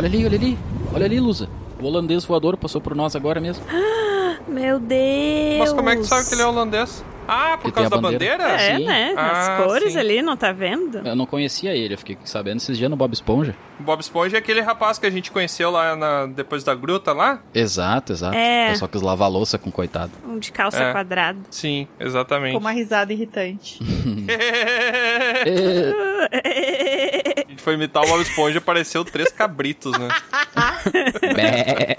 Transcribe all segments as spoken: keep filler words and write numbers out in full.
Olha ali, olha ali. Olha ali, Lusa. O holandês voador passou por nós agora mesmo. Meu Deus. Mas como é que tu sabe que ele é holandês? Ah, por Porque causa tem a da bandeira. bandeira? É, Sim. né? Ah, As cores sim. ali, não tá vendo? Eu não conhecia ele, eu fiquei sabendo esses dias no Bob Esponja. O Bob Esponja é aquele rapaz que a gente conheceu lá na- depois da gruta lá? Exato, exato. É. O pessoal quis lavar a louça com o coitado. Um de calça É. quadrada. Sim, exatamente. Com uma risada irritante. A gente foi imitar o Bob Esponja e apareceu três cabritos, né? Bé.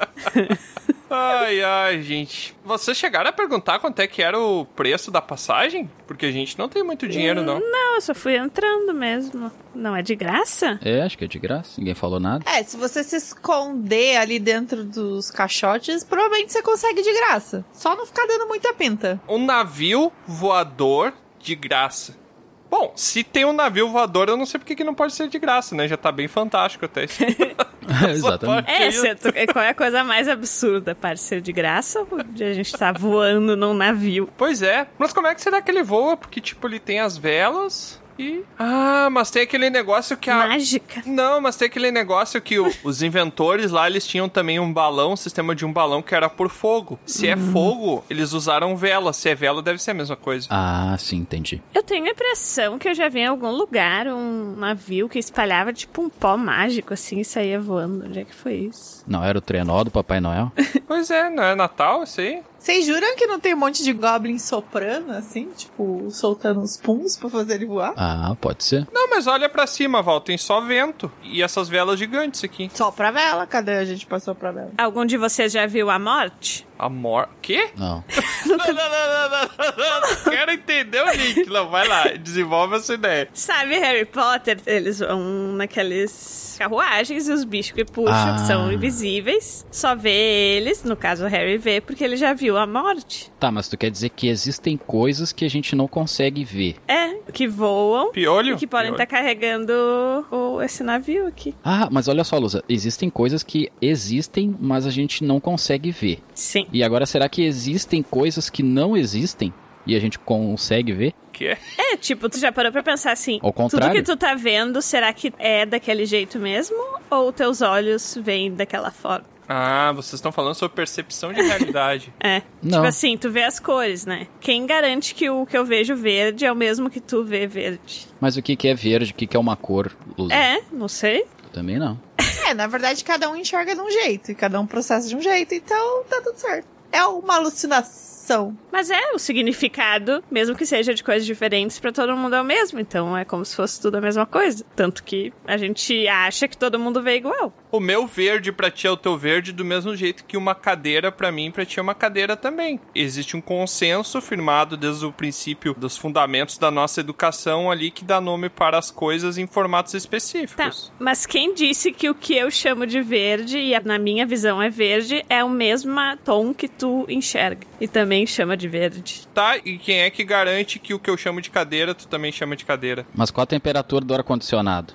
Ai, ai, gente. Vocês chegaram a perguntar quanto é que era o preço da passagem? Porque a gente não tem muito dinheiro, não. Não, eu só fui entrando mesmo. Não é de graça? É, acho que é de graça, ninguém falou nada. É, se você se esconder ali dentro dos caixotes, provavelmente você consegue de graça. Só não ficar dando muita pinta. Um navio voador de graça. Bom, se tem um navio voador, eu não sei porque que não pode ser de graça, né? Já tá bem fantástico até isso. Exatamente. É, se tu- qual é a coisa mais absurda? Pode ser de graça ou de a gente tá voando num navio? Pois é. Mas como é que será que ele voa? Porque, tipo, ele tem as velas e... Ah, mas tem aquele negócio que a... Mágica. Não, mas tem aquele negócio que o- os inventores lá, eles tinham também um balão, um sistema de um balão que era por fogo. Se é fogo, eles usaram vela. Se é vela, deve ser a mesma coisa. Ah, sim, entendi. Eu tenho a impressão que eu já vi em algum lugar um navio que espalhava tipo um pó mágico assim e saía voando. Onde é que foi isso? Não era o trenó do Papai Noel? Pois é, não é Natal isso aí? Vocês juram que não tem um monte de goblin soprano, assim? Tipo, soltando os puns pra fazer ele voar? Ah, pode ser. Não, mas olha pra cima, Val, tem só vento. E essas velas gigantes aqui. Só pra vela. Cadê a gente passou pra vela? Algum de vocês já viu a morte? A mor... Quê? Não. Não, não, não, não, não, não, não. Quero entender o link. Não, vai lá, desenvolve essa ideia. Sabe Harry Potter? Eles vão naqueles carruagens e os bichos que puxam Ah. são invisíveis. Só vê eles, no caso o Harry vê, porque ele já viu a morte. Tá, mas tu quer dizer que existem coisas que a gente não consegue ver. É, que voam Piolho? e que podem Piolho. estar carregando o, esse navio aqui. Ah, mas olha só, Lusa, existem coisas que existem, mas a gente não consegue ver. Sim. E agora, será que existem coisas que não existem e a gente consegue ver? Quê? É, tipo, tu já parou pra pensar assim, Ao tudo contrário. que tu tá vendo, será que é daquele jeito mesmo? Ou teus olhos veem daquela forma? Ah, vocês estão falando sobre percepção de realidade. É. Não. Tipo assim, tu vê as cores, né? Quem garante que o que eu vejo verde é o mesmo que tu vê verde? Mas o que que é verde, o que que é uma cor, Lusa? É, não sei. Também não. É, na verdade, cada um enxerga de um jeito. E cada um processa de um jeito. Então, tá tudo certo. É uma alucinação. Mas é, o significado, mesmo que seja de coisas diferentes, pra todo mundo é o mesmo. Então é como se fosse tudo a mesma coisa. Tanto que a gente acha que todo mundo vê igual. O meu verde pra ti é o teu verde do mesmo jeito que uma cadeira pra mim pra ti é uma cadeira também. Existe um consenso firmado desde o princípio dos fundamentos da nossa educação ali que dá nome para as coisas em formatos Tá, específicos. mas quem disse que o que eu chamo de verde, e na minha visão é verde, é o mesmo tom que tu enxerga. E também chama de verde. Tá, e quem é que garante que o que eu chamo de cadeira, tu também chama de cadeira? Mas qual a temperatura do ar-condicionado?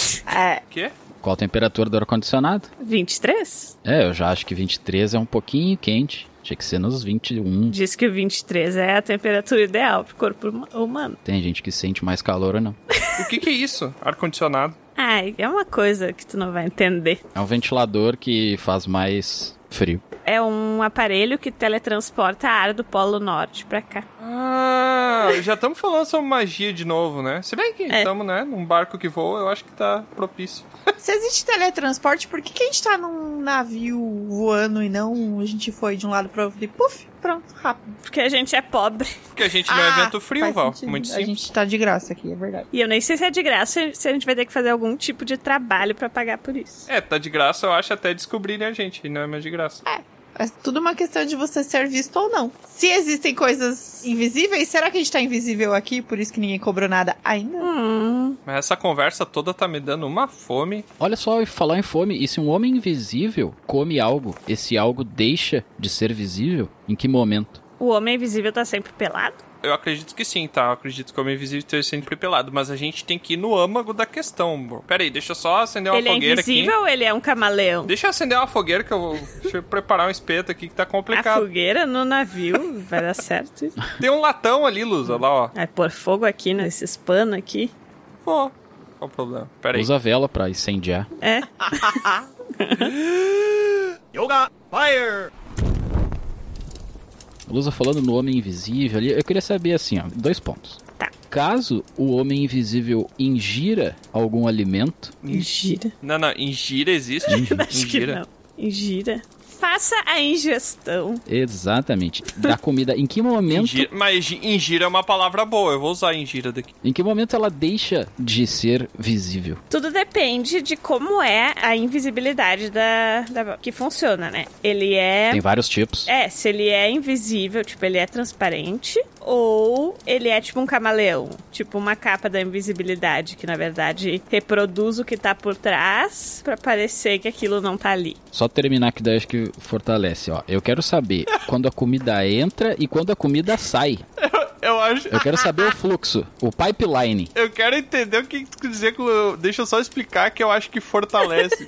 É. Quê? Qual a temperatura do ar-condicionado? vinte e três? É, eu já acho que vinte e três é um pouquinho quente. Tinha que ser nos vinte e um. Diz que o vinte e três é a temperatura ideal pro corpo huma- humano. Tem gente que sente mais calor ou não. O que que é isso? Ar-condicionado? Ai, é uma coisa que tu não vai entender. É um ventilador que faz mais frio. É um aparelho que teletransporta a ar do Polo Norte pra cá. Ah, já estamos falando sobre magia de novo, né? Se bem que É. estamos, né, num barco que voa, eu acho que tá propício. Se existe teletransporte, por que, que a gente tá num navio voando e não a gente foi de um lado pro outro e puf, pronto, rápido. Porque a gente é pobre. Porque a gente não é Ah, vento frio, faz Val. sentido. Muito A simples. gente tá de graça aqui, é verdade. E eu nem sei se é de graça, se a gente vai ter que fazer algum tipo de trabalho pra pagar por isso. É, tá de graça, eu acho, até descobrirem a gente, e não é mais de graça. É tudo uma questão de você ser visto ou não. Se existem coisas invisíveis, será que a gente tá invisível aqui, por isso que ninguém cobrou nada ainda? Hum, Mas essa conversa toda tá me dando uma fome. Olha só, falar em fome, e se um homem invisível come algo, esse algo deixa de ser visível? Em que momento? o homem invisível tá sempre pelado? Eu acredito que sim, tá? Eu acredito que o homem invisível esteja sempre pelado, mas a gente tem que ir no âmago da questão, bro. Pera aí, deixa eu só acender uma Ele é fogueira invisível aqui. ou ele é um camaleão? Deixa eu acender uma fogueira que eu vou... Deixa eu preparar um espeto aqui que tá A complicado. fogueira no navio, vai dar certo. Tem um latão ali, Luz, olha lá, ó. Vai pôr fogo aqui nesses panos aqui. Ó, qual o problema? Pera aí. Usa vela pra incendiar. É. Yoga, fire! A Lusa falando no Homem Invisível ali, eu queria saber assim, ó, dois pontos. Tá. Caso o Homem Invisível ingira algum alimento... Ingira? Não, não, ingira existe? Acho que não. Ingira? Faça a ingestão. Exatamente. Da comida. Em que momento... Ingira, mas ingira é uma palavra boa, eu vou usar ingira daqui. Em que momento ela deixa de ser visível? Tudo depende de como é a invisibilidade da, da... que funciona, né? Ele é... Tem vários tipos. É, se ele é invisível, tipo, ele é transparente, ou ele é tipo um camaleão, tipo uma capa da invisibilidade, que na verdade reproduz o que tá por trás pra parecer que aquilo não tá ali. Só terminar que daí acho que fortalece, ó. Eu quero saber quando a comida entra e quando a comida sai. Eu acho... Eu quero saber o fluxo, o pipeline. Eu quero entender o que tu quer dizer com... Deixa eu só explicar que eu acho que fortalece.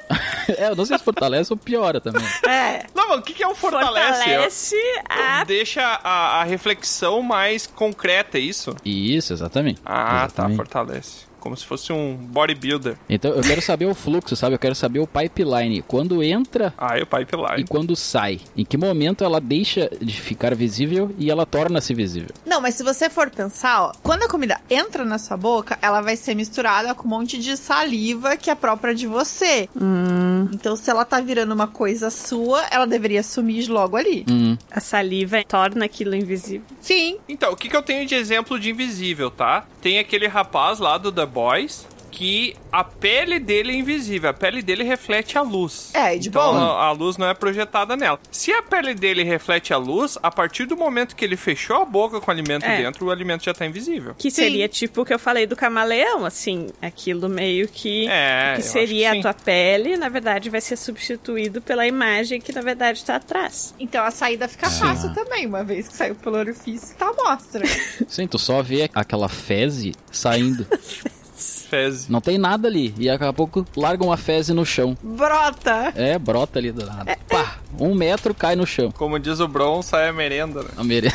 É, eu não sei se fortalece ou piora também. É. Não, mas o que que é o fortalece? Fortalece a... Deixa a, a reflexão mais concreta, é isso? Isso, exatamente. Ah, Exatamente. tá, fortalece. Como se fosse um bodybuilder. Então eu quero saber o fluxo, sabe? Eu quero saber o pipeline. Quando entra Ah, e o pipeline. e quando sai. Em que momento ela deixa de ficar visível e ela torna-se visível. Não, mas se você for pensar, ó, quando a comida entra na sua boca, ela vai ser misturada com um monte de saliva que é própria de você. Hum, Então, se ela tá virando uma coisa sua, ela deveria sumir logo ali. Hum. a saliva torna aquilo invisível. Sim. Então, o que que eu tenho de exemplo de invisível, tá? Tem aquele rapaz lá do The Boys que a pele dele é invisível, a pele dele reflete a luz. É, de então, boa. a, a luz não é projetada nela. Se a pele dele reflete a luz, a partir do momento que ele fechou a boca com o alimento É. dentro, o alimento já tá invisível. Que Sim. seria tipo o que eu falei do camaleão, assim, aquilo meio que, É, que eu seria acho que a tua pele, na verdade vai ser substituído pela imagem que na verdade tá atrás. Então a saída fica fácil também, uma vez que saiu pelo orifício, tá à mostra. Sim, tu só vê aquela fezes saindo. Fezes. Não tem nada ali. E daqui a pouco larga uma fezes no chão. Brota! É, brota ali do nada. Pá, um metro cai no chão. Como diz o Bron, sai a merenda, né? A mere...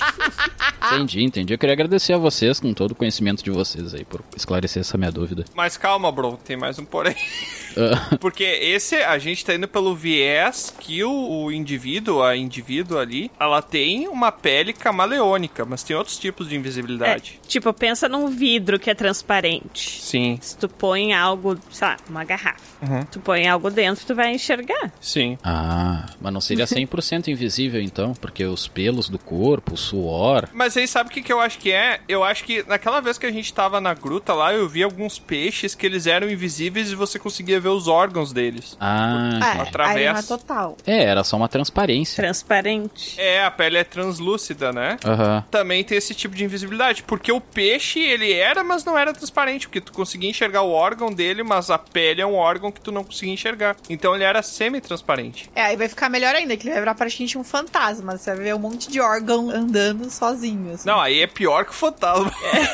Entendi, entendi. Eu queria agradecer a vocês, com todo o conhecimento de vocês aí, por esclarecer essa minha dúvida. Mas calma, Bron, tem mais um porém. Ah, Porque esse, a gente tá indo pelo viés que o, o indivíduo, a indivíduo ali, ela tem uma pele camaleônica, mas tem outros tipos de invisibilidade. É, tipo, pensa num vidro que é transparente. Sim, Se tu põe algo, sei lá, uma garrafa, Uhum. tu põe algo dentro, tu vai enxergar. sim. ah, mas não seria cem por cento invisível então, porque os pelos do corpo, o suor... Mas aí sabe o que, que eu acho que é? Eu acho que naquela vez que a gente tava na gruta lá, eu vi alguns peixes que eles eram invisíveis e você conseguia ver os órgãos deles. Ah, É, entendi. Atravessa. aí não é total. É, era só uma transparência. Transparente. É, a pele é translúcida, né? Aham. Também tem esse tipo de invisibilidade, porque o peixe, ele era, mas não era transparente, porque tu conseguia enxergar o órgão dele, mas a pele é um órgão que tu não conseguia enxergar. Então ele era semi-transparente. É, aí vai ficar melhor ainda, que ele vai virar praticamente um fantasma. Você vai ver um monte de órgão andando sozinho, assim. Não, aí é pior que o fantasma.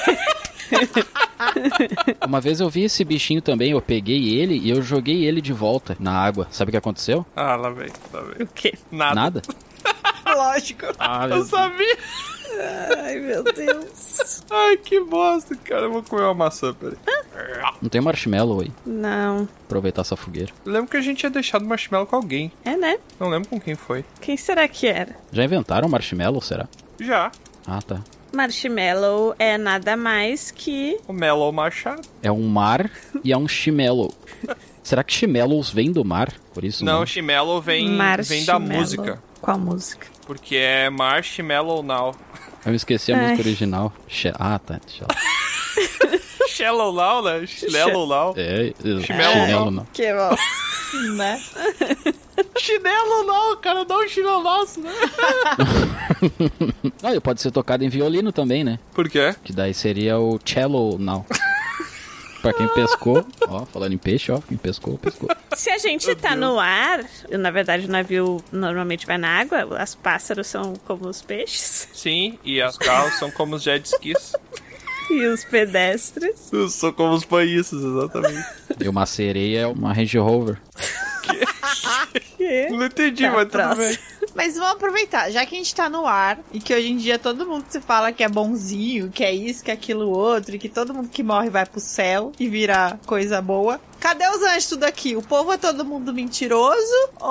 Uma vez eu vi esse bichinho também, eu peguei ele e eu joguei ele de volta na água. Sabe o que aconteceu? Ah, lá vem, lá vem. O quê? Nada. Nada. Lógico. Ah, meu Eu Deus. sabia. Ai, meu Deus. Ai, que bosta, cara. Eu vou comer uma maçã, peraí. Não tem marshmallow aí. Não. Aproveitar essa fogueira. Eu lembro que a gente tinha deixado marshmallow com alguém. É, né? Não lembro com quem foi. Quem será que era? Já inventaram marshmallow, será? Já. Ah, tá. Marshmallow é nada mais que... O Mellow Machado. É um mar e é um chimellow. Será que chimellows vêm do mar? Por isso Não, não. Shimellow vem, vem da Marshmallow. música. Qual música? Porque é Marshmallow Now. Eu esqueci a Ai. música original. She- Ah, tá. Deixa eu- Shallow Now, né? Shallow Now. É, é, Chimello chinelo não. não. Que bosta. Né? Chinelo não, cara. Dá um chinelaço, né? Ah, e pode ser tocado em violino também, né? Por quê? Que daí seria o cello now. Pra quem pescou, ó, falando em peixe, ó, quem pescou, pescou. Se a gente tá no ar, na verdade o navio normalmente vai na água, as pássaros são como os peixes Sim, e os carros são como os jet skis. e os pedestres. São como os banhistas, exatamente. E uma sereia é uma Range Rover. Que? Não entendi, Tá, mas tudo próximo. bem. Mas vamos aproveitar, já que a gente tá no ar e que hoje em dia todo mundo se fala que é bonzinho, que é isso, que é aquilo outro, e que todo mundo que morre vai pro céu e vira coisa boa. Cadê os anjos tudo aqui? O povo é todo mundo mentiroso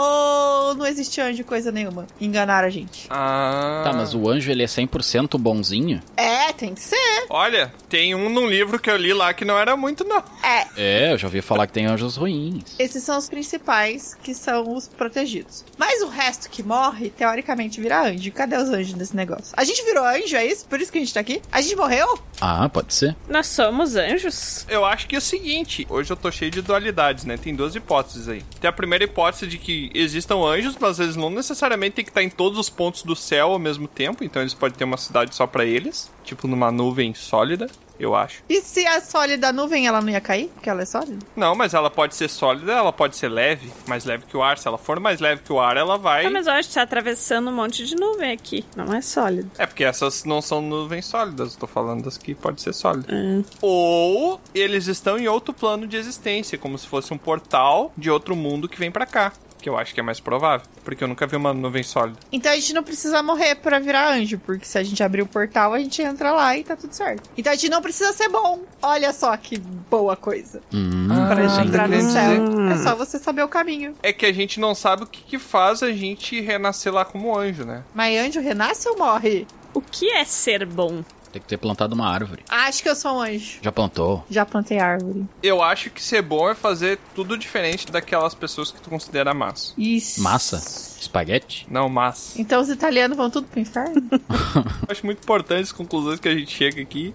ou não existe anjo coisa nenhuma? Enganaram a gente. Ah. Tá, mas o anjo, ele é cem por cento bonzinho? É, tem que ser. Olha, tem um num livro que eu li lá que não era muito, não. É. É, eu já ouvi falar que tem anjos ruins. Esses são os principais, que são os protegidos. Mas o resto que morre, teoricamente, vira anjo. Cadê os anjos nesse negócio? A gente virou anjo, é isso? Por isso que a gente tá aqui? A gente morreu? Ah, pode ser. Nós somos anjos? Eu acho que é o seguinte, hoje eu tô cheio de dualidades, né? Tem duas hipóteses aí. Tem a primeira hipótese de que existam anjos, mas eles não necessariamente tem que estar em todos os pontos do céu ao mesmo tempo, então eles podem ter uma cidade só pra eles, tipo numa nuvem sólida. Eu acho. E se a sólida nuvem, ela não ia cair? Porque ela é sólida? Não, mas ela pode ser sólida, ela pode ser leve, mais leve que o ar. Se ela for mais leve que o ar, ela vai... Ah, mas eu acho que tá atravessando um monte de nuvem aqui. Não é sólido. É porque essas não são nuvens sólidas, eu tô falando das que pode ser sólida. Hum. Ou eles estão em outro plano de existência, como se fosse um portal de outro mundo que vem pra cá. Que eu acho que é mais provável, porque eu nunca vi uma nuvem sólida. Então a gente não precisa morrer pra virar anjo, porque se a gente abrir o portal, a gente entra lá e tá tudo certo. Então a gente não precisa ser bom. Olha só que boa coisa. Hum, Pra gente Ah, entrar no quer céu. dizer- É só você saber o caminho. É que a gente não sabe o que, que faz a gente renascer lá como anjo, né? Mas anjo renasce ou morre? O que é ser bom? Tem que ter plantado uma árvore. Acho que eu sou um anjo. Já plantou? Já plantei árvore. Eu acho que ser bom é fazer tudo diferente daquelas pessoas que tu considera massa. Isso. Massa? Espaguete? Não, massa. Então os italianos vão tudo pro inferno? Eu acho muito importante as conclusões que a gente chega aqui.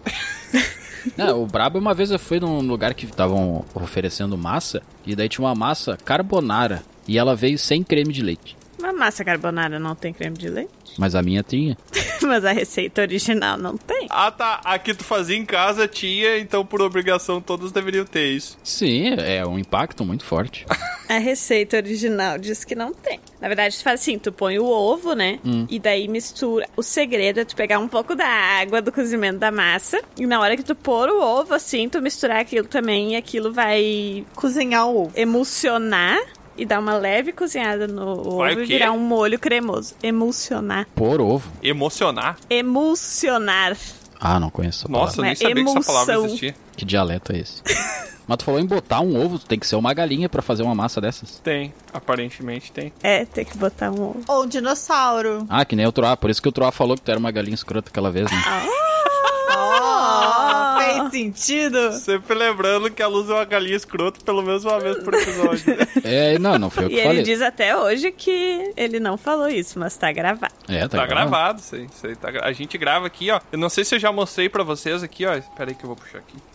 Não, o brabo, uma vez eu fui num lugar que estavam oferecendo massa, e daí tinha uma massa carbonara, e ela veio sem creme de leite. Uma massa carbonara não tem creme de leite? Mas a minha tinha. Mas a receita original não tem. Ah, tá. Aqui tu fazia em casa, tinha, então por obrigação todos deveriam ter isso. Sim, é um impacto muito forte. A receita original diz que não tem. Na verdade, tu faz assim, tu põe o ovo, né? Hum. E daí mistura. O segredo é tu pegar um pouco da água do cozimento da massa. E na hora que tu pôr o ovo, assim, tu misturar aquilo também. E aquilo vai Cozinhar o ovo. emulsionar. E dar uma leve cozinhada no Vai ovo o e quê? virar um molho cremoso. Emulsionar. Por ovo. Emocionar? Emulsionar. Ah, não conheço essa palavra. Nossa, eu nem Uma sabia que essa palavra emulsão. existia. Que dialeto é esse? Mas tu falou em botar um ovo, tu tem que ser uma galinha pra fazer uma massa dessas. Tem, aparentemente tem. É, tem que botar um ovo. Ou um dinossauro. Ah, que nem o Troá, por isso que o Troá falou que tu era uma galinha escrota aquela vez, né? Oh, fez sentido. Sempre lembrando que a Luz é uma galinha escrota pelo menos uma vez por episódio. É, não, não foi eu E que ele falei. diz até hoje que ele não falou isso, mas tá gravado. É, tá, Tá gravado. gravado isso aí. Isso aí tá gra- A gente grava aqui, ó. Eu não sei se eu já mostrei pra vocês aqui, ó. Espera aí que eu vou puxar aqui.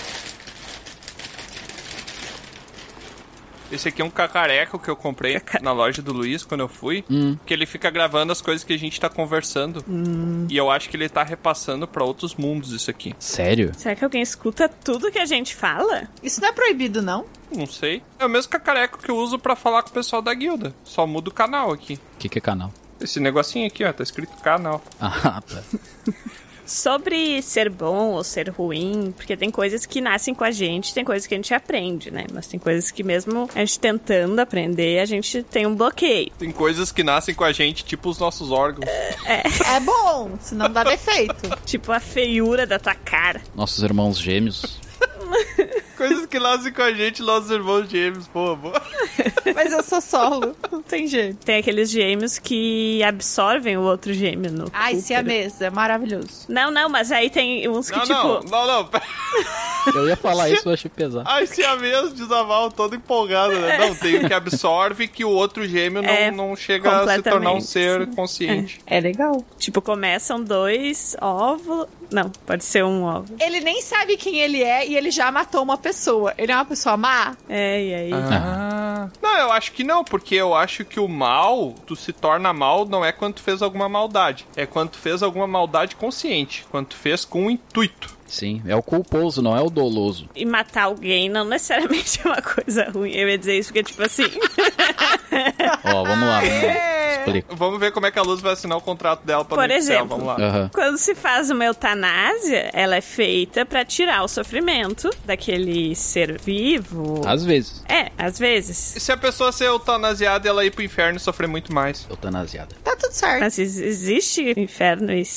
Esse aqui é um cacareco que eu comprei Caca- na loja do Luiz quando eu fui. Hum. Que ele fica gravando as coisas que a gente tá conversando. E eu acho que ele tá repassando pra outros mundos isso aqui. Sério? Será que alguém escuta tudo que a gente fala? Isso não é proibido, não? Não sei. É o mesmo cacareco que eu uso pra falar com o pessoal da guilda. Só muda o canal aqui. O que, que é canal? Esse negocinho aqui, ó. Tá escrito canal. Ah, tá. Sobre ser bom ou ser ruim, porque tem coisas que nascem com a gente, tem coisas que a gente aprende, né? Mas tem coisas que mesmo a gente tentando aprender, a gente tem um bloqueio. Tem coisas que nascem com a gente, tipo os nossos órgãos. É bom, senão dá defeito. Tipo a feiura da tua cara. Nossos irmãos gêmeos. Coisas que nascem com a gente, nossos irmãos gêmeos, pô, pô. Mas eu sou solo, não tem jeito. Tem aqueles gêmeos que absorvem o outro gêmeo no Ai, útero. siamesa, é maravilhoso. Não, não, mas aí tem uns que Não, tipo... não, não, não. Eu ia falar isso, eu achei pesado. Ai, se a mesmo desaval, todo empolgado, né? Não, tem o que absorve que o outro gêmeo não, É, não chega a se tornar um completamente, ser sim. consciente. É legal. Tipo, começam dois óvulos... Não, pode ser um óvulo. Ele nem sabe quem ele é e ele já matou uma pessoa. Ele é uma pessoa má? É, e aí... Ah. Não, eu acho que não, porque eu acho que o mal, tu se torna mal não é quando tu fez alguma maldade. É quando tu fez alguma maldade consciente. Quando tu fez com um intuito. Sim, é o culposo, não é o doloso. E matar alguém não necessariamente é uma coisa ruim. Eu ia dizer isso porque, tipo assim... Ó, vamos lá, vamos lá. Explica. Vamos ver como é que a Luz vai assinar o contrato dela pra Por ir pro céu, exemplo. Vamos lá. Aham. Quando se faz uma eutanásia, ela é feita pra tirar o sofrimento daquele ser vivo. Às vezes. É, às vezes. E se a pessoa ser eutanasiada e ela ir pro inferno e sofrer muito mais? Eutanasiada. Tá tudo certo. Mas ex- existe inferno e céu?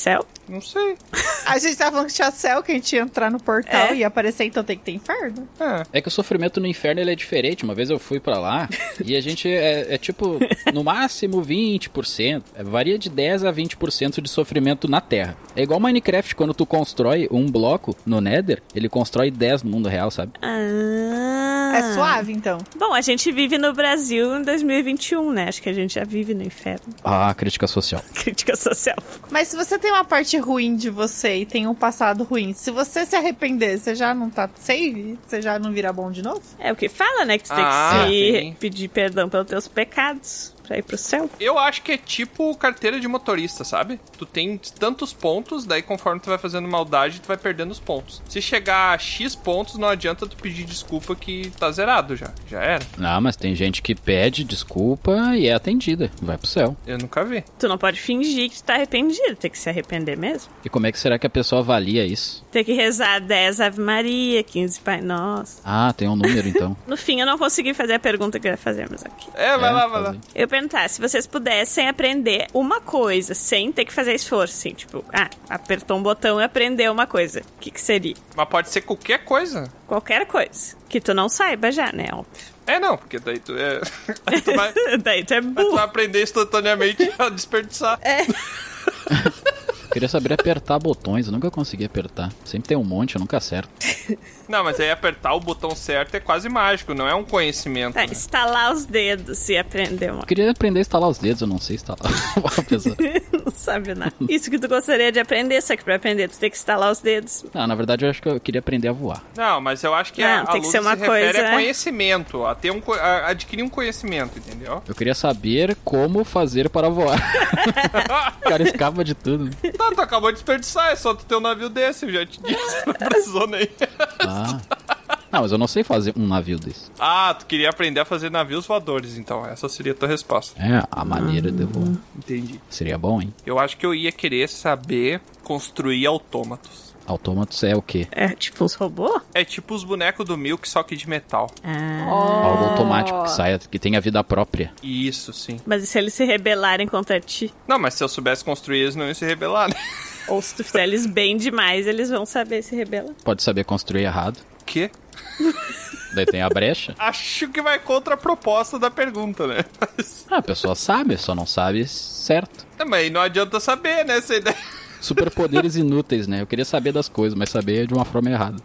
Não sei. A gente tava falando que tinha céu, que a gente ia entrar no portal É. e ia aparecer, então tem que ter inferno. É. É que o sofrimento no inferno ele é diferente. Uma vez eu fui pra lá e a gente é, é tipo, no máximo vinte por cento. É, varia de dez a vinte por cento de sofrimento na Terra. É igual Minecraft, quando tu constrói um bloco no Nether, ele constrói dez no mundo real, sabe? Ah. É suave, então. Bom, a gente vive no Brasil em dois mil e vinte e um, né? Acho que a gente já vive no inferno. Ah, crítica social. Crítica social. Mas se você tem uma parte ruim de você e tem um passado ruim, se você se arrepender, você já não tá save? Você já não vira bom de novo? É o que fala, né? Que tu tem Ah, que se sim. pedir perdão pelos teus pecados pra ir pro céu. Eu acho que é tipo carteira de motorista, sabe? Tu tem tantos pontos, daí conforme tu vai fazendo maldade, tu vai perdendo os pontos. Se chegar a X pontos, não adianta tu pedir desculpa que tá zerado já. Já era. Não, mas tem gente que pede desculpa e é atendida. Vai pro céu. Eu nunca vi. Tu não pode fingir que tu tá arrependido, tem que se arrepender mesmo. E como é que será que a pessoa avalia isso? Tem que rezar dez Ave Maria, quinze Pai Nosso. Ah, tem um número então. No fim, eu não consegui fazer a pergunta que eu ia fazer, mas aqui. É, vai É, lá, vai lá. fazer. Eu ia perguntar, se vocês pudessem aprender uma coisa sem ter que fazer esforço, assim, tipo, ah, apertou um botão e aprendeu uma coisa. O que que seria? Mas pode ser qualquer coisa. Qualquer coisa. Que tu não saiba já, né? Óbvio. É, não, porque daí tu é... Aí tu vai, Daí tu é aí tu burro. vai aprender instantaneamente a desperdiçar. Queria saber apertar botões, eu nunca consegui apertar. Sempre tem um monte, eu nunca acerto. Não, mas aí apertar o botão certo é quase mágico, não é um conhecimento. Tá, né? estalar os dedos e aprender uma Eu queria aprender a instalar os dedos, eu não sei instalar. Apesar- Não sabe nada. Isso que tu gostaria de aprender, só que pra aprender tu tem que estalar os dedos. Não, na verdade eu acho que eu queria aprender a voar. Não, mas eu acho que Não, a, a tem que Luz ser uma se refere coisa- a conhecimento, a, ter um, co- a adquirir um conhecimento, entendeu? Eu queria saber como fazer para voar. O cara escapa de tudo. Tá, tu acabou de desperdiçar, é só tu ter um navio desse, eu já te disse, não precisou nem. Ah. Não, mas eu não sei fazer um navio desse. Ah, tu queria aprender a fazer navios voadores, então essa seria a tua resposta. É, a maneira de voar. Entendi. Seria bom, hein? Eu acho que eu ia querer saber construir autômatos. Autômatos é o quê? É tipo uns robôs? É tipo os bonecos do Milk, só que de metal. Ah. Algo automático que saia, que tenha vida própria. Isso, sim. Mas e se eles se rebelarem contra ti? Não, mas se eu soubesse construir, eles não iam se rebelar, né? Ou se tu fizer eles bem demais, eles vão saber se rebelar. Pode saber construir errado. Quê? Daí tem a brecha. Acho que vai contra a proposta da pergunta, né? Mas, Ah, a pessoa sabe, só não sabe certo. mas não adianta saber, né? Essa ideia. Superpoderes inúteis, né? Eu queria saber das coisas, mas saber de uma forma errada.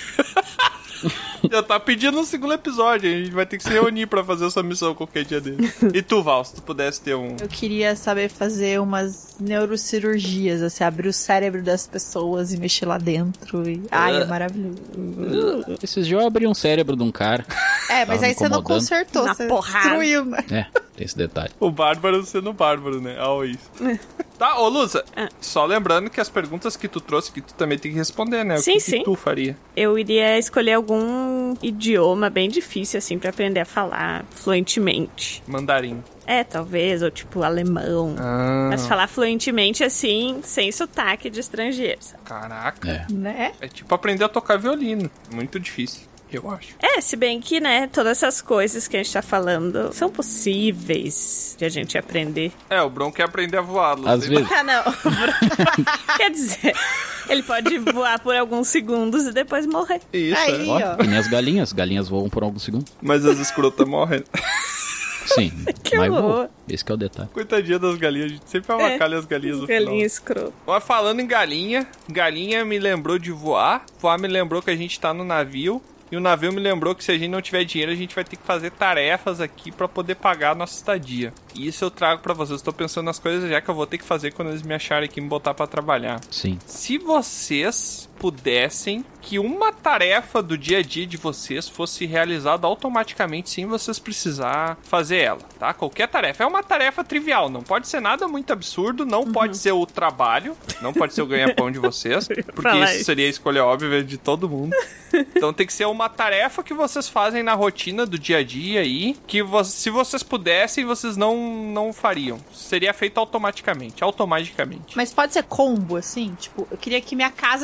Já tá pedindo um segundo episódio, a gente vai ter que se reunir pra fazer essa missão qualquer dia dele. E tu, Val, se tu pudesse ter um... Eu queria saber fazer umas neurocirurgias, assim, abrir o cérebro das pessoas e mexer lá dentro. E... Ai, é maravilhoso. Esses dias eu abri um cérebro de um cara. É, mas Tava aí você não incomodando. consertou, Na você porrada. destruiu, né? É, tem esse detalhe. O bárbaro sendo bárbaro, né? Ah, isso. Tá, ô Lusa, só lembrando que as perguntas que tu trouxe, que tu também tem que responder, né? O Sim, que, sim. que tu faria? Eu iria escolher algum idioma bem difícil, assim, pra aprender a falar fluentemente. Mandarim. É, talvez, ou tipo alemão. Ah, Mas falar fluentemente, assim, sem sotaque de estrangeiros. caraca. É. Né? É tipo aprender a tocar violino. Muito difícil, eu acho. É, se bem que, né, todas essas coisas que a gente tá falando são possíveis de a gente aprender. É, o Bron quer aprender a voar, Lusa. Às vezes. Ah, não. Quer dizer, ele pode voar por alguns segundos e depois morrer. Isso, Aí, é. Ó, ó. que nem as galinhas. Galinhas voam por alguns segundos. Mas as escrotas morrem. Sim, Que mas horror. voam. Esse que é o detalhe. Coitadinha das galinhas, a gente sempre avacalha as galinhas no Galinha final. escrota. Mas falando em galinha, galinha me lembrou de voar, voar me lembrou que a gente tá no navio, e o navio me lembrou que se a gente não tiver dinheiro, a gente vai ter que fazer tarefas aqui pra poder pagar a nossa estadia. E isso eu trago pra vocês, eu tô pensando nas coisas já que eu vou ter que fazer quando eles me acharem aqui e me botar pra trabalhar. Sim. Se vocês pudessem que uma tarefa do dia a dia de vocês fosse realizada automaticamente sem vocês precisar fazer ela, tá? Qualquer tarefa. É uma tarefa trivial, não pode ser nada muito absurdo, não pode ser o trabalho, não pode ser o ganha-pão de vocês, porque falar isso isso. seria a escolha óbvia de todo mundo. Então tem que ser uma tarefa que vocês fazem na rotina do dia a dia aí, que vo- se vocês pudessem, vocês não, não fariam. Seria feito automaticamente, automaticamente. Mas pode ser combo, assim? Tipo, eu queria que minha casa estivesse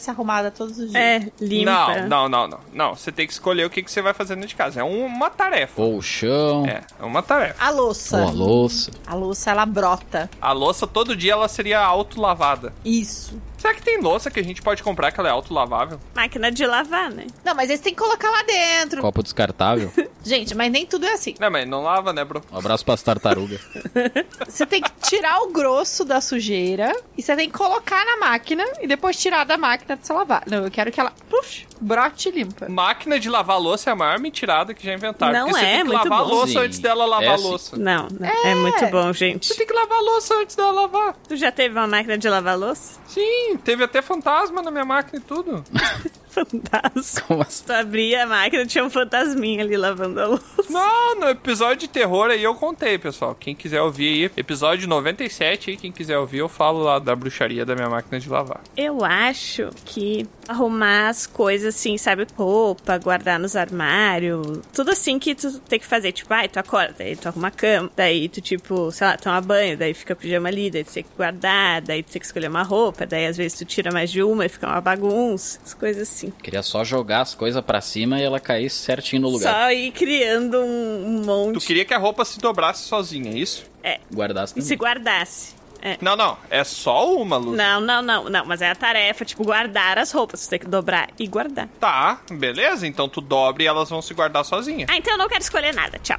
ser arrumada todos os dias. É, limpa. Não, não, não, não. Não, você tem que escolher o que, que você vai fazer dentro de casa. É um- uma tarefa. Ou o chão, É, é uma tarefa. A louça. ou a louça. A louça, ela brota. A louça, todo dia, ela seria autolavada. Isso. Será que tem louça que a gente pode comprar que ela é autolavável? Máquina de lavar, né? Não, mas eles têm que colocar lá dentro. Copo descartável. Gente, mas nem tudo é assim. Não, mas não lava, né, bro? Um abraço pras tartarugas. Você tem que tirar o grosso da sujeira e você tem que colocar na máquina e depois tirar da máquina pra você lavar. Não, eu quero que ela puf, brote limpa. Máquina de lavar louça é a maior mentirada que já inventaram. Não porque você é, tem que muito lavar a bom. louça Sim. antes dela lavar É a assim. louça. Não, não. É. muito bom, gente. Você tem que lavar a louça antes dela lavar. Tu já teve uma máquina de lavar louça? Sim, teve até fantasma na minha máquina e tudo. Fantasma. Como assim? Tu abria a máquina, tinha um fantasminha ali lavando a louça. Não, no episódio de terror aí eu contei, pessoal. Quem quiser ouvir aí, episódio noventa e sete aí, quem quiser ouvir, eu falo lá da bruxaria da minha máquina de lavar. Eu acho que arrumar as coisas assim, sabe? Roupa, guardar nos armários. Tudo assim que tu tem que fazer. Tipo, ai, tu acorda, daí tu arruma a cama. Daí tu, tipo, sei lá, toma banho, daí fica o pijama ali, daí tu tem que guardar, daí tu tem que escolher uma roupa, daí às vezes tu tira mais de uma e fica uma bagunça. As coisas assim. Queria só jogar as coisas pra cima e ela cair certinho no lugar. Só ir criando um, um monte. Tu queria que a roupa se dobrasse sozinha, é isso? É. Guardasse E também. se guardasse. É. Não, não. É só uma, Lu. Não, não, não, não. Mas é a tarefa, tipo, guardar as roupas. Tu tem que dobrar e guardar. Tá, beleza. Então tu dobra e elas vão se guardar sozinha. Ah, então eu não quero escolher nada. Tchau.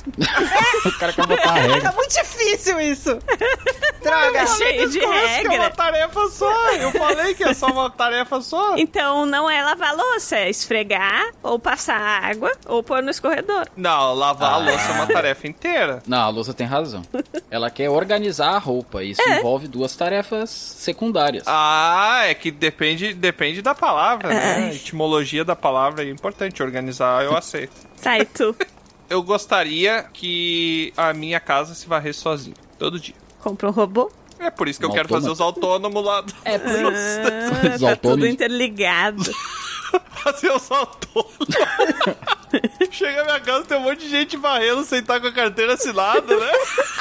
O cara quer botar a regra. Tá muito difícil isso. Droga. É cheio de Que é uma regra. tarefa só. Eu falei que é só uma tarefa só. Então não é lavar louça, é esfregar, ou passar água, ou pôr no escorredor. Não, lavar Ah. a louça é uma tarefa inteira. Não, a Lusa tem razão. Ela quer organizar a roupa. Isso envolve duas tarefas secundárias. Ah, é que depende, depende da palavra, né? Ai. A etimologia da palavra é importante. Organizar, eu aceito. Tá, e tu? Eu gostaria que a minha casa se varresse sozinha, todo dia. Compra um robô? É por isso que eu Um quero fazer os autônomos lá. Do... É por Ah, Os tá autônomos. tudo interligado. Fazer os autônomos. Chega na minha casa, tem um monte de gente varrendo sem estar com a carteira assinada, né?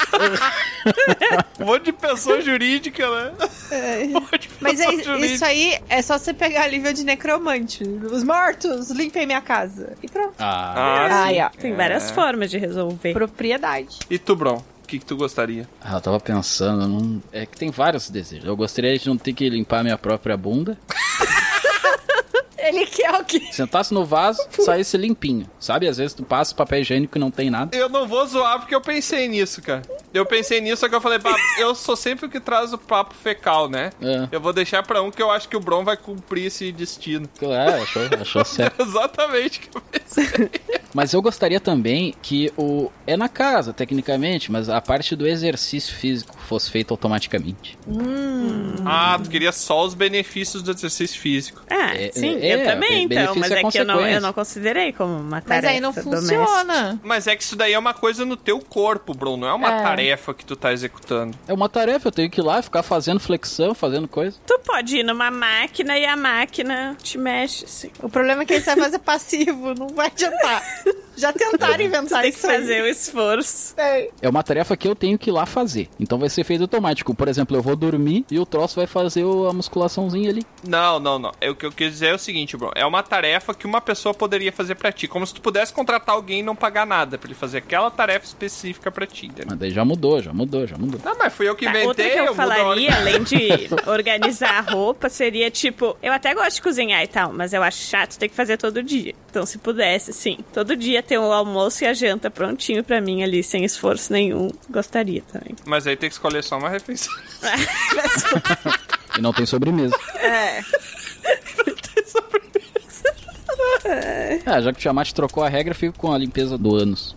Um monte de pessoa jurídica, né? Um monte de Mas é, pessoa jurídica. isso aí é só você pegar a nível de necromante. Os mortos, limpem minha casa. E pronto. Ah, Ah, Aí, sim. ó. Tem várias É. formas de resolver. Propriedade. E tu, Bron? O que, que tu gostaria? Ah, eu tava pensando, não... é que tem vários desejos. Eu gostaria de não ter que limpar minha própria bunda. Ele quer o quê? Sentasse no vaso, saísse limpinho. Sabe? Às vezes tu passa o papel higiênico e não tem nada. Eu não vou zoar porque eu pensei nisso, cara. Eu pensei nisso, só que eu falei, "Bah, eu sou sempre o que traz o papo fecal, né? É. Eu vou deixar pra um que eu acho que o Bron vai cumprir esse destino." É, achou, achou certo. Exatamente o que eu pensei. Mas eu gostaria também que o... É na casa, tecnicamente, mas a parte do exercício físico fosse feita automaticamente. Ah, tu queria só os benefícios do exercício físico. Ah, É, sim, é, eu também, benefício então. Mas é é, que eu não, consequência. eu não considerei como uma Mas tarefa aí não doméstica. funciona. Mas é que isso daí é uma coisa no teu corpo, Bron. Não é uma É. tarefa que tu tá executando. É uma tarefa, eu tenho que ir lá e ficar fazendo flexão, fazendo coisa. Tu pode ir numa máquina e a máquina te mexe, assim. O problema é que ele vai fazer passivo, não vai adiantar. Já tentaram Tu inventar tem que isso aí. fazer o esforço. É. É uma tarefa que eu tenho que ir lá fazer. Então vai ser feito automático. Por exemplo, eu vou dormir e o troço vai fazer o- a musculaçãozinha ali. Não, não, não. É, o que eu quis dizer é o seguinte, Bron. É uma tarefa que uma pessoa poderia fazer pra ti. Como se tu pudesse contratar alguém e não pagar nada pra ele fazer aquela tarefa específica pra ti, entendeu? Mas daí já mudou, já mudou, já mudou. Não, mas fui eu que Tá, inventei. outra que eu, mudo a hora falaria, que- além de organizar a roupa, seria tipo... Eu até gosto de cozinhar e tal, mas eu acho chato ter que fazer todo dia. Então, se pudesse, sim, todo dia ter o almoço e a janta prontinho pra mim ali, sem esforço nenhum, gostaria também. Mas aí tem que escolher só uma refeição. E não tem sobremesa. É. Ah, já que o Tiamat trocou a regra, fico com a limpeza do ânus.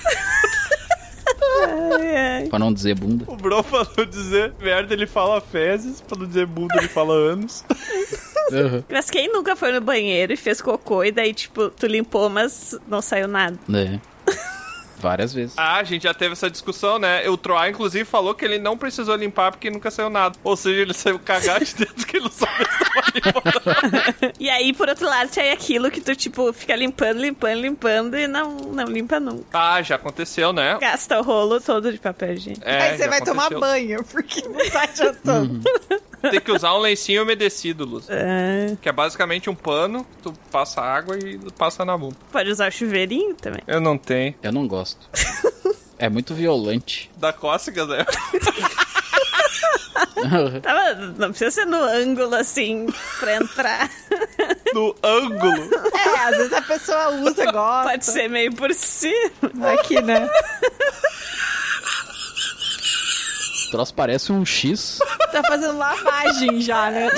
Ai, ai. Pra não dizer bunda. O Bro falou dizer merda, ele fala fezes. Pra não dizer bunda, ele fala anos. Uhum. Mas quem nunca foi no banheiro e fez cocô e daí, tipo, tu limpou, mas não saiu nada? É. Várias vezes. Ah, a gente já teve essa discussão, né? O Troá, inclusive, falou que ele não precisou limpar porque nunca saiu nada. Ou seja, ele saiu cagado de dentro que ele não sabia se tava limpando. E aí, por outro lado, tem aquilo que tu, tipo, fica limpando, limpando, limpando e não, não limpa nunca. Ah, já aconteceu, né? Gasta o rolo todo de papel higiênico. É, Aí você já vai aconteceu. tomar banho, porque não tá adiantando. Tem que usar um lencinho umedecido, Luz. Ah, Que é basicamente um pano, tu passa água e passa na mão. pode usar o chuveirinho também. Eu não tenho. Eu não gosto. É muito violante. Dá cócegas, né? Tava, não precisa ser no ângulo, assim, pra entrar. No ângulo. É, às vezes a pessoa usa, gosta. Pode ser meio por cima. Aqui, né? O troço parece um X. Tá fazendo lavagem já, né?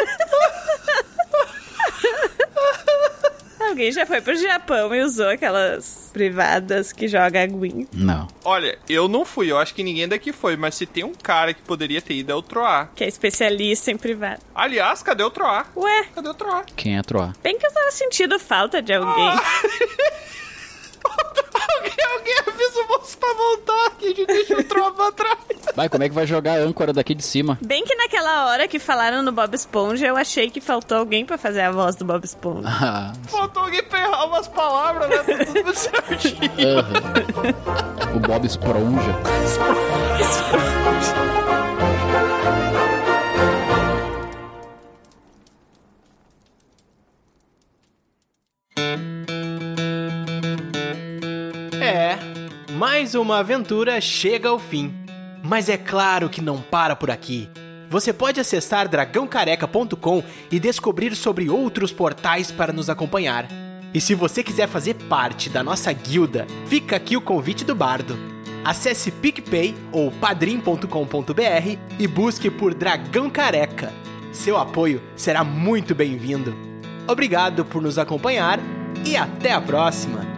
Alguém já foi pro Japão e usou aquelas privadas que joga aguinha. Não. Olha, eu não fui, eu acho que ninguém daqui foi, mas se tem um cara que poderia ter ido é o Troá. Que é especialista em privado. Aliás, cadê o Troá? Ué, Cadê o Troá? Quem é Troá? bem que eu tava sentindo falta de alguém. alguém, alguém avisa o moço pra voltar, que a gente deixa o Troá pra trás. Vai, como é que vai jogar a âncora daqui de cima? Bem que naquela hora que falaram no Bob Esponja, eu achei que faltou alguém pra fazer a voz do Bob Esponja. Ah, Faltou alguém pra errar umas palavras, né? Tá tudo certinho. aham. O Bob Esponja. É, mais uma aventura chega ao fim. Mas é claro que não para por aqui. Você pode acessar dragão careca ponto com e descobrir sobre outros portais para nos acompanhar. E se você quiser fazer parte da nossa guilda, fica aqui o convite do bardo. Acesse PicPay ou padrim ponto com ponto b r e busque por Dragão Careca. Seu apoio será muito bem-vindo. Obrigado por nos acompanhar e até a próxima!